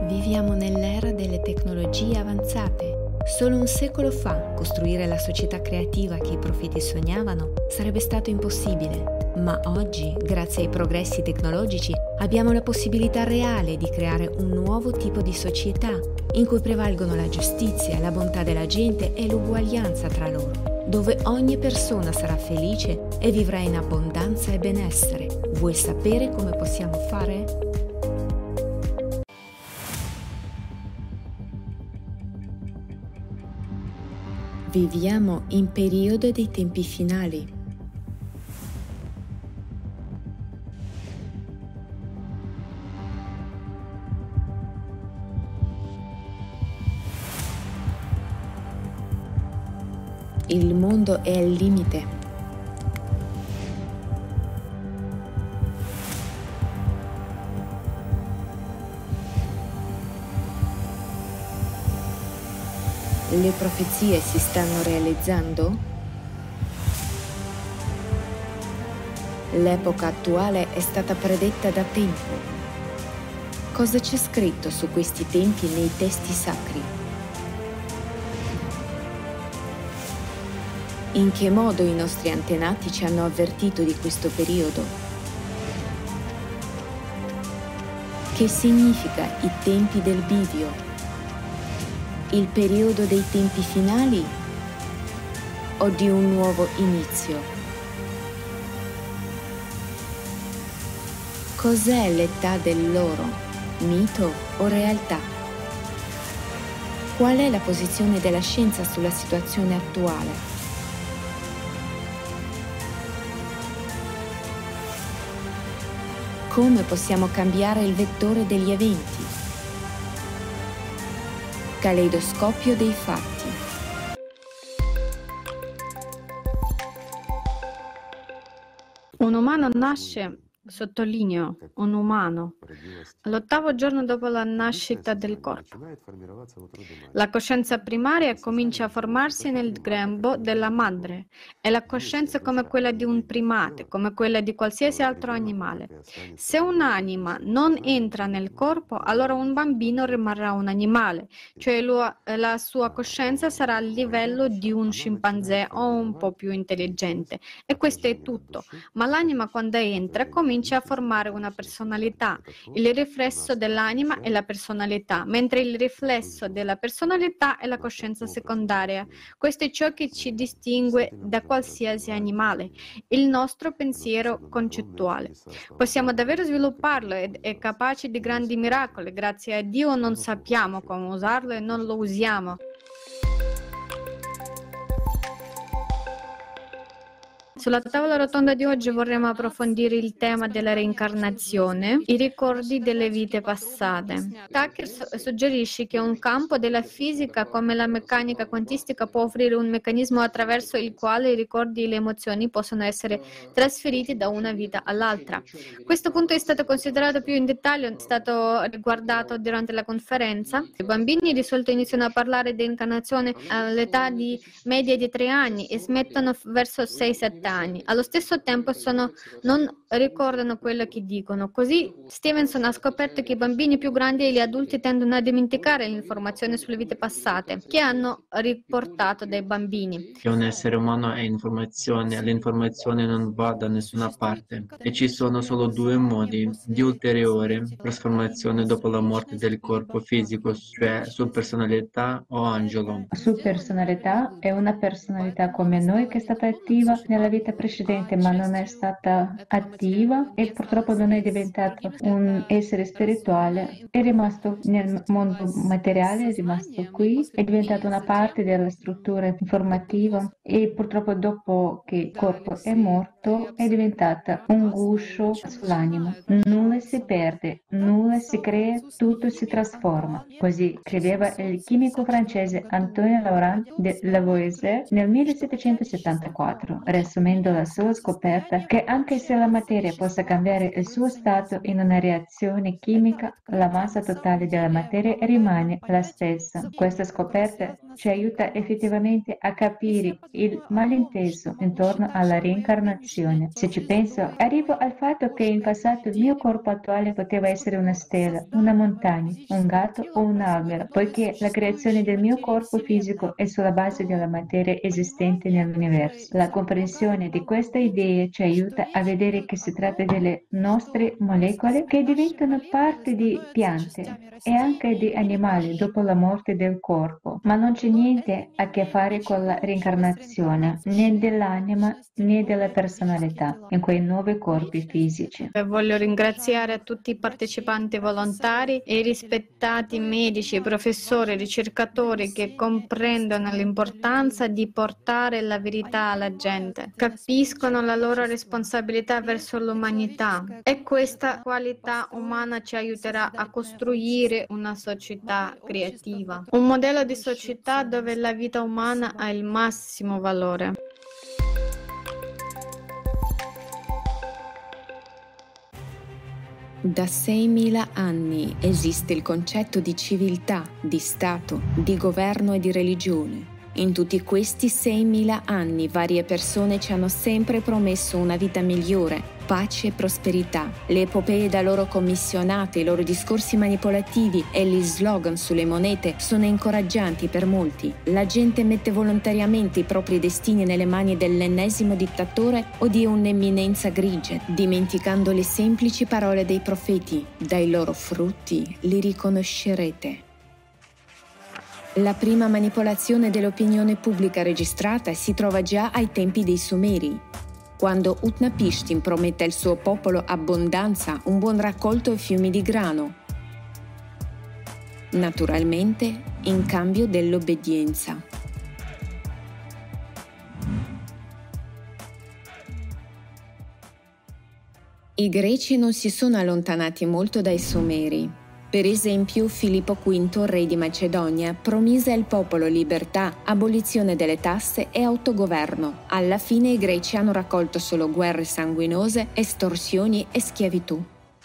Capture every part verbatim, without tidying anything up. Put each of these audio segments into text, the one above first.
Viviamo nell'era delle tecnologie avanzate. Solo un secolo fa costruire la società creativa che i profeti sognavano sarebbe stato impossibile, ma oggi, grazie ai progressi tecnologici, abbiamo la possibilità reale di creare un nuovo tipo di società in cui prevalgono la giustizia, la bontà della gente e l'uguaglianza tra loro, dove ogni persona sarà felice e vivrà in abbondanza e benessere. Vuoi sapere come possiamo fare? Viviamo in periodo dei tempi finali. Il mondo è al limite. Le profezie si stanno realizzando? L'epoca attuale è stata predetta da tempo. Cosa c'è scritto su questi tempi nei testi sacri? In che modo i nostri antenati ci hanno avvertito di questo periodo? Che significa i tempi del bivio? Il periodo dei tempi finali o di un nuovo inizio? Cos'è l'età dell'oro? Mito o realtà? Qual è la posizione della scienza sulla situazione attuale? Come possiamo cambiare il vettore degli eventi? Caleidoscopio dei fatti. Un umano nasce, sottolineo, un umano, all'ottavo giorno dopo la nascita del corpo. La coscienza primaria comincia a formarsi nel grembo della madre e la coscienza è come quella di un primate, come quella di qualsiasi altro animale. Se un'anima non entra nel corpo, allora un bambino rimarrà un animale, cioè la sua coscienza sarà al livello di un scimpanzé o un po' più intelligente. E questo è tutto. Ma l'anima quando entra comincia a formare una personalità. Il riflesso dell'anima è la personalità, mentre il riflesso della personalità è la coscienza secondaria. Questo è ciò che ci distingue da qualsiasi animale, il nostro pensiero concettuale. Possiamo davvero svilupparlo ed è capace di grandi miracoli. Grazie a Dio non sappiamo come usarlo e non lo usiamo. Sulla tavola rotonda di oggi vorremmo approfondire il tema della reincarnazione, i ricordi delle vite passate. Tucker suggerisce che un campo della fisica come la meccanica quantistica può offrire un meccanismo attraverso il quale i ricordi e le emozioni possono essere trasferiti da una vita all'altra. Questo punto è stato considerato più in dettaglio, è stato riguardato durante la conferenza. I bambini di solito iniziano a parlare di incarnazione all'età di media di tre anni e smettono verso sei sette anni. Allo stesso tempo sono, non ricordano quello che dicono. Così Stevenson ha scoperto che i bambini più grandi e gli adulti tendono a dimenticare le informazioni sulle vite passate che hanno riportato dai bambini. Che un essere umano è informazione, l'informazione non va da nessuna parte e ci sono solo due modi di ulteriore trasformazione dopo la morte del corpo fisico, cioè su personalità o angelo. Su personalità è una personalità come noi che è stata attiva nella vita precedente ma non è stata attiva e purtroppo non è diventato un essere spirituale, è rimasto nel mondo materiale, è rimasto qui, è diventato una parte della struttura informativa e purtroppo dopo che il corpo è morto è diventata un guscio sull'anima. Nulla si perde, nulla si crea, tutto si trasforma. Così scriveva il chimico francese Antoine Laurent de Lavoisier nel millesettecentosettantaquattro, riassumendo la sua scoperta che anche se la materia materia possa cambiare il suo stato in una reazione chimica, la massa totale della materia rimane la stessa. Questa scoperta ci aiuta effettivamente a capire il malinteso intorno alla reincarnazione. Se ci penso, arrivo al fatto che in passato il mio corpo attuale poteva essere una stella, una montagna, un gatto o un albero, poiché la creazione del mio corpo fisico è sulla base della materia esistente nell'universo. La comprensione di questa idea ci aiuta a vedere che si tratta delle nostre molecole che diventano parte di piante e anche di animali dopo la morte del corpo, ma non c'è niente a che fare con la reincarnazione né dell'anima né della personalità in quei nuovi corpi fisici. E voglio ringraziare tutti i partecipanti volontari e i rispettati medici, professori, ricercatori che comprendono l'importanza di portare la verità alla gente, capiscono la loro responsabilità verso l'umanità e questa qualità umana ci aiuterà a costruire una società creativa, un modello di società dove la vita umana ha il massimo valore. Da seimila anni esiste il concetto di civiltà, di Stato, di governo e di religione. In tutti questi seimila anni varie persone ci hanno sempre promesso una vita migliore, pace e prosperità. Le epopee da loro commissionate, i loro discorsi manipolativi e gli slogan sulle monete sono incoraggianti per molti. La gente mette volontariamente i propri destini nelle mani dell'ennesimo dittatore o di un'eminenza grigia, dimenticando le semplici parole dei profeti. Dai loro frutti li riconoscerete. La prima manipolazione dell'opinione pubblica registrata si trova già ai tempi dei Sumeri, quando Utnapishtim promette al suo popolo abbondanza, un buon raccolto e fiumi di grano, naturalmente in cambio dell'obbedienza. I greci non si sono allontanati molto dai Sumeri. Per esempio, Filippo quinto, re di Macedonia, promise al popolo libertà, abolizione delle tasse e autogoverno. Alla fine i greci hanno raccolto solo guerre sanguinose, estorsioni e schiavitù.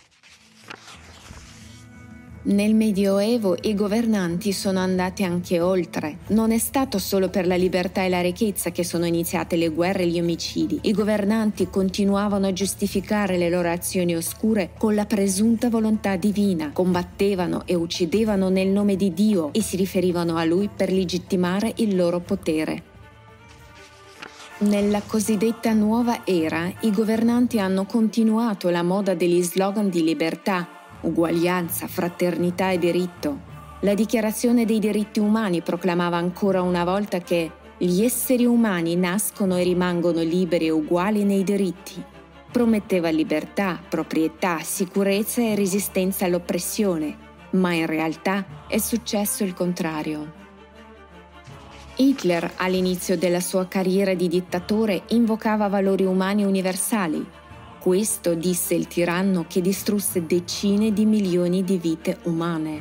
Nel Medioevo i governanti sono andati anche oltre. Non è stato solo per la libertà e la ricchezza che sono iniziate le guerre e gli omicidi. I governanti continuavano a giustificare le loro azioni oscure con la presunta volontà divina, combattevano e uccidevano nel nome di Dio e si riferivano a Lui per legittimare il loro potere. Nella cosiddetta nuova era, i governanti hanno continuato la moda degli slogan di libertà, uguaglianza, fraternità e diritto. La Dichiarazione dei diritti umani proclamava ancora una volta che gli esseri umani nascono e rimangono liberi e uguali nei diritti. Prometteva libertà, proprietà, sicurezza e resistenza all'oppressione, ma in realtà è successo il contrario. Hitler, all'inizio della sua carriera di dittatore, invocava valori umani universali. Questo disse il tiranno che distrusse decine di milioni di vite umane.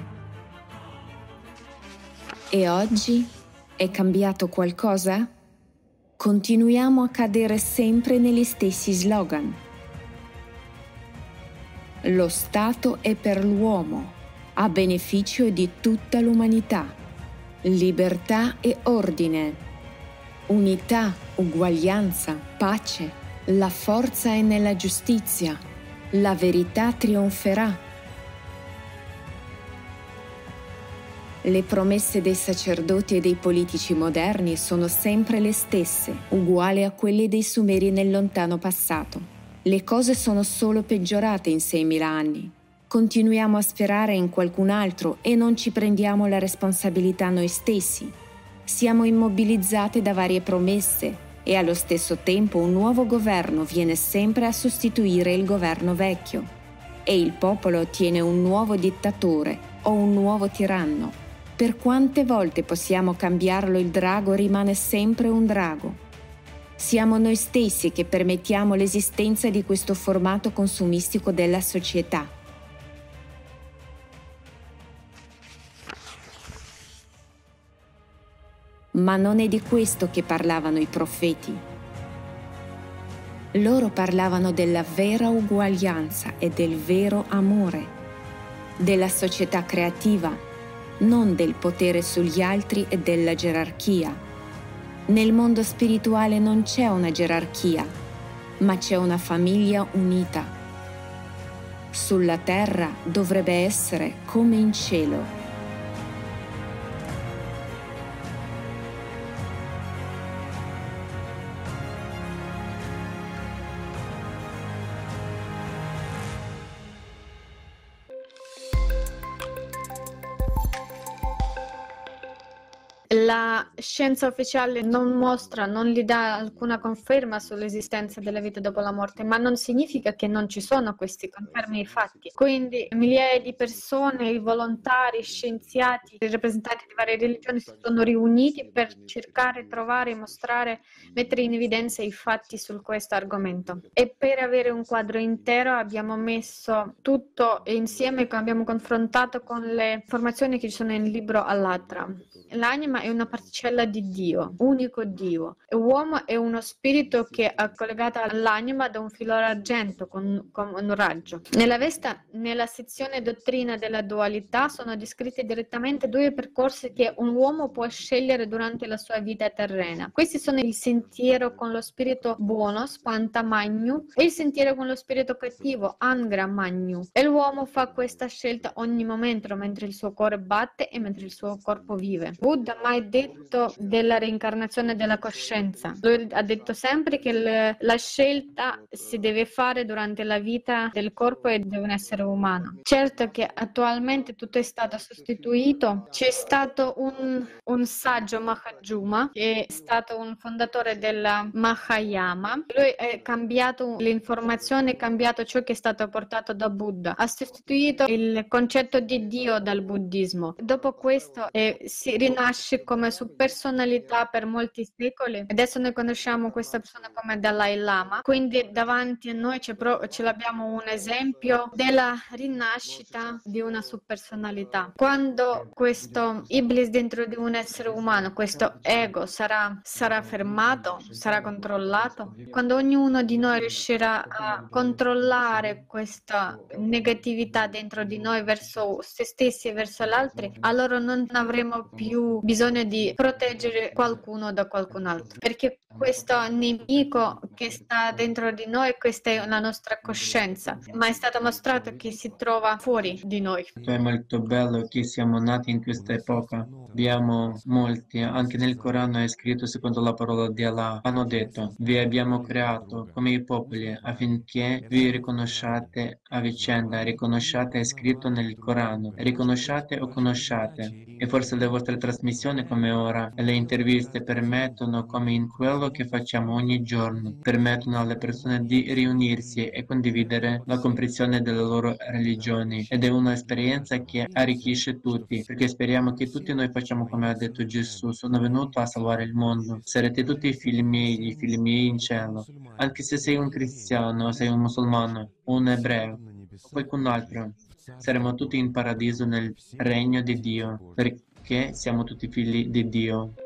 E oggi è cambiato qualcosa? Continuiamo a cadere sempre negli stessi slogan. Lo Stato è per l'uomo, a beneficio di tutta l'umanità. Libertà e ordine. Unità, uguaglianza, pace. La forza è nella giustizia, la verità trionferà. Le promesse dei sacerdoti e dei politici moderni sono sempre le stesse, uguali a quelle dei Sumeri nel lontano passato. Le cose sono solo peggiorate in seimila anni. Continuiamo a sperare in qualcun altro e non ci prendiamo la responsabilità noi stessi. Siamo immobilizzati da varie promesse, e allo stesso tempo un nuovo governo viene sempre a sostituire il governo vecchio e il popolo ottiene un nuovo dittatore o un nuovo tiranno. Per quante volte possiamo cambiarlo, il drago rimane sempre un drago. Siamo noi stessi che permettiamo l'esistenza di questo formato consumistico della società. Ma non è di questo che parlavano i profeti. Loro parlavano della vera uguaglianza e del vero amore, della società creativa, non del potere sugli altri e della gerarchia. Nel mondo spirituale non c'è una gerarchia, ma c'è una famiglia unita. Sulla terra dovrebbe essere come in cielo. La scienza ufficiale non mostra, non gli dà alcuna conferma sull'esistenza della vita dopo la morte, ma non significa che non ci sono questi confermi e fatti. Quindi migliaia di persone, volontari, scienziati, rappresentanti di varie religioni si sono riuniti per cercare, trovare, mostrare, mettere in evidenza i fatti su questo argomento. E per avere un quadro intero abbiamo messo tutto insieme, abbiamo confrontato con le informazioni che ci sono nel libro Allatra. L'anima è una particella di Dio, unico Dio. E l'uomo è uno spirito che è collegato all'anima da un filo d'argento con, con un raggio. Nella Vesta, nella sezione dottrina della dualità, sono descritti direttamente due percorsi che un uomo può scegliere durante la sua vita terrena. Questi sono il sentiero con lo spirito buono, Spanta Magnu, e il sentiero con lo spirito cattivo, Angra Magnu. E l'uomo fa questa scelta ogni momento, mentre il suo cuore batte e mentre il suo corpo vive. Buddha ha mai detto della reincarnazione della coscienza. Lui ha detto sempre che le, la scelta si deve fare durante la vita del corpo e di un essere umano. Certo che attualmente tutto è stato sostituito. C'è stato un, un saggio Mahajuma, che è stato un fondatore della Mahayama. Lui ha cambiato le informazioni, ha cambiato ciò che è stato portato da Buddha. Ha sostituito il concetto di Dio dal buddismo. Dopo questo eh, si nasce come su personalità per molti secoli. Adesso noi conosciamo questa persona come Dalai Lama, quindi davanti a noi ce, pro- ce l'abbiamo un esempio della rinascita di una subpersonalità. Quando questo Iblis dentro di un essere umano, questo ego sarà, sarà fermato, sarà controllato, quando ognuno di noi riuscirà a controllare questa negatività dentro di noi verso se stessi e verso gli altri, allora non avremo più bisogno di proteggere qualcuno da qualcun altro, perché questo nemico che sta dentro di noi, questa è la nostra coscienza, ma è stato mostrato che si trova fuori di noi. È molto bello che siamo nati in questa epoca. Abbiamo molti, anche nel Corano è scritto secondo la parola di Allah, hanno detto: vi abbiamo creato come i popoli affinché vi riconosciate a vicenda. Riconosciate è scritto nel Corano, riconosciate o conosciate. E forse le vostre trasmissioni come ora e le interviste permettono, come in quello che facciamo ogni giorno, permettono alle persone di riunirsi e condividere la comprensione delle loro religioni, ed è un'esperienza che arricchisce tutti, perché speriamo che tutti noi facciamo come ha detto Gesù: sono venuto a salvare il mondo, sarete tutti i figli miei, i figli miei in cielo, anche se sei un cristiano, sei un musulmano, un ebreo o qualcun altro. Saremo tutti in paradiso nel regno di Dio, perché siamo tutti figli di Dio.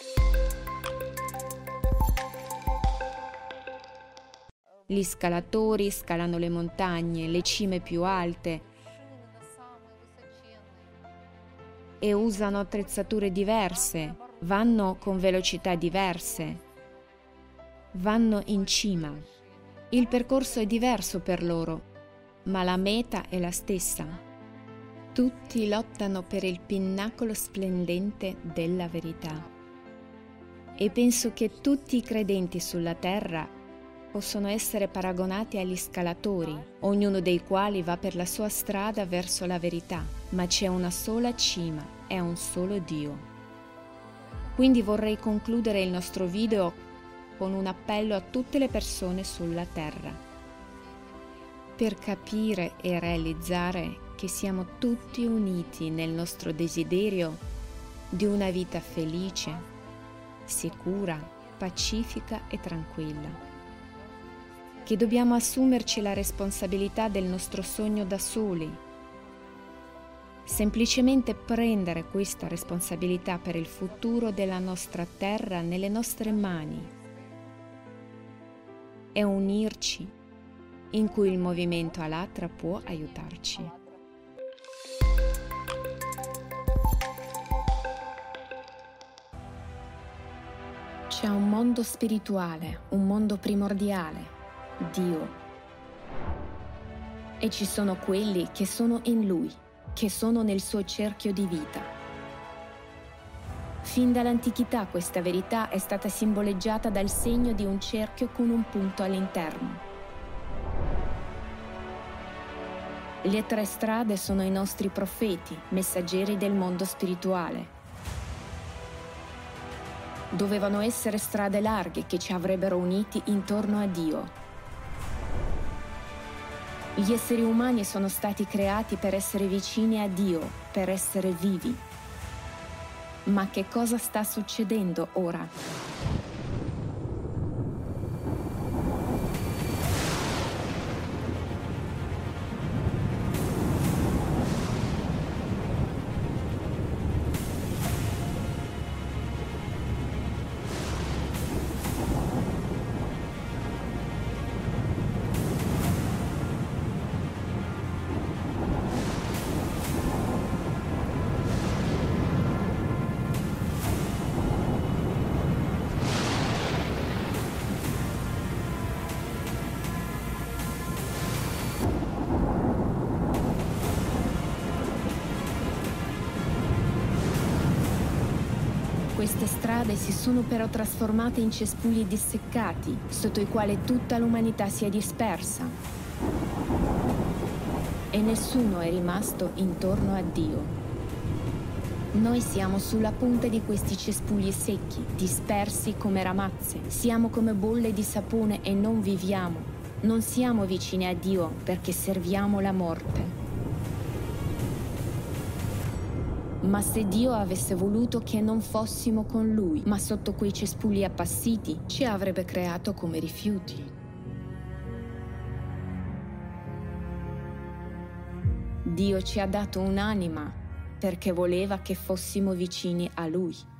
Gli scalatori scalano le montagne, le cime più alte, e usano attrezzature diverse, vanno con velocità diverse, vanno in cima. Il percorso è diverso per loro, ma la meta è la stessa. Tutti lottano per il pinnacolo splendente della verità. E penso che tutti i credenti sulla terra possono essere paragonati agli scalatori, ognuno dei quali va per la sua strada verso la verità, ma c'è una sola cima, è un solo Dio. Quindi vorrei concludere il nostro video con un appello a tutte le persone sulla terra, per capire e realizzare che siamo tutti uniti nel nostro desiderio di una vita felice, sicura, pacifica e tranquilla. Che dobbiamo assumerci la responsabilità del nostro sogno da soli, semplicemente prendere questa responsabilità per il futuro della nostra terra nelle nostre mani. è unirci, in cui il movimento Allatra può aiutarci. C'è un mondo spirituale, un mondo primordiale, Dio. E ci sono quelli che sono in Lui, che sono nel suo cerchio di vita. Fin dall'antichità questa verità è stata simboleggiata dal segno di un cerchio con un punto all'interno. Le tre strade sono i nostri profeti, messaggeri del mondo spirituale. Dovevano essere strade larghe che ci avrebbero uniti intorno a Dio. Gli esseri umani sono stati creati per essere vicini a Dio, per essere vivi. Ma che cosa sta succedendo ora? Queste strade si sono però trasformate in cespugli disseccati, sotto i quali tutta l'umanità si è dispersa. E nessuno è rimasto intorno a Dio. Noi siamo sulla punta di questi cespugli secchi, dispersi come ramazze. Siamo come bolle di sapone e non viviamo. Non siamo vicini a Dio perché serviamo la morte. Ma se Dio avesse voluto che non fossimo con Lui, ma sotto quei cespugli appassiti, ci avrebbe creato come rifiuti. Dio ci ha dato un'anima perché voleva che fossimo vicini a Lui.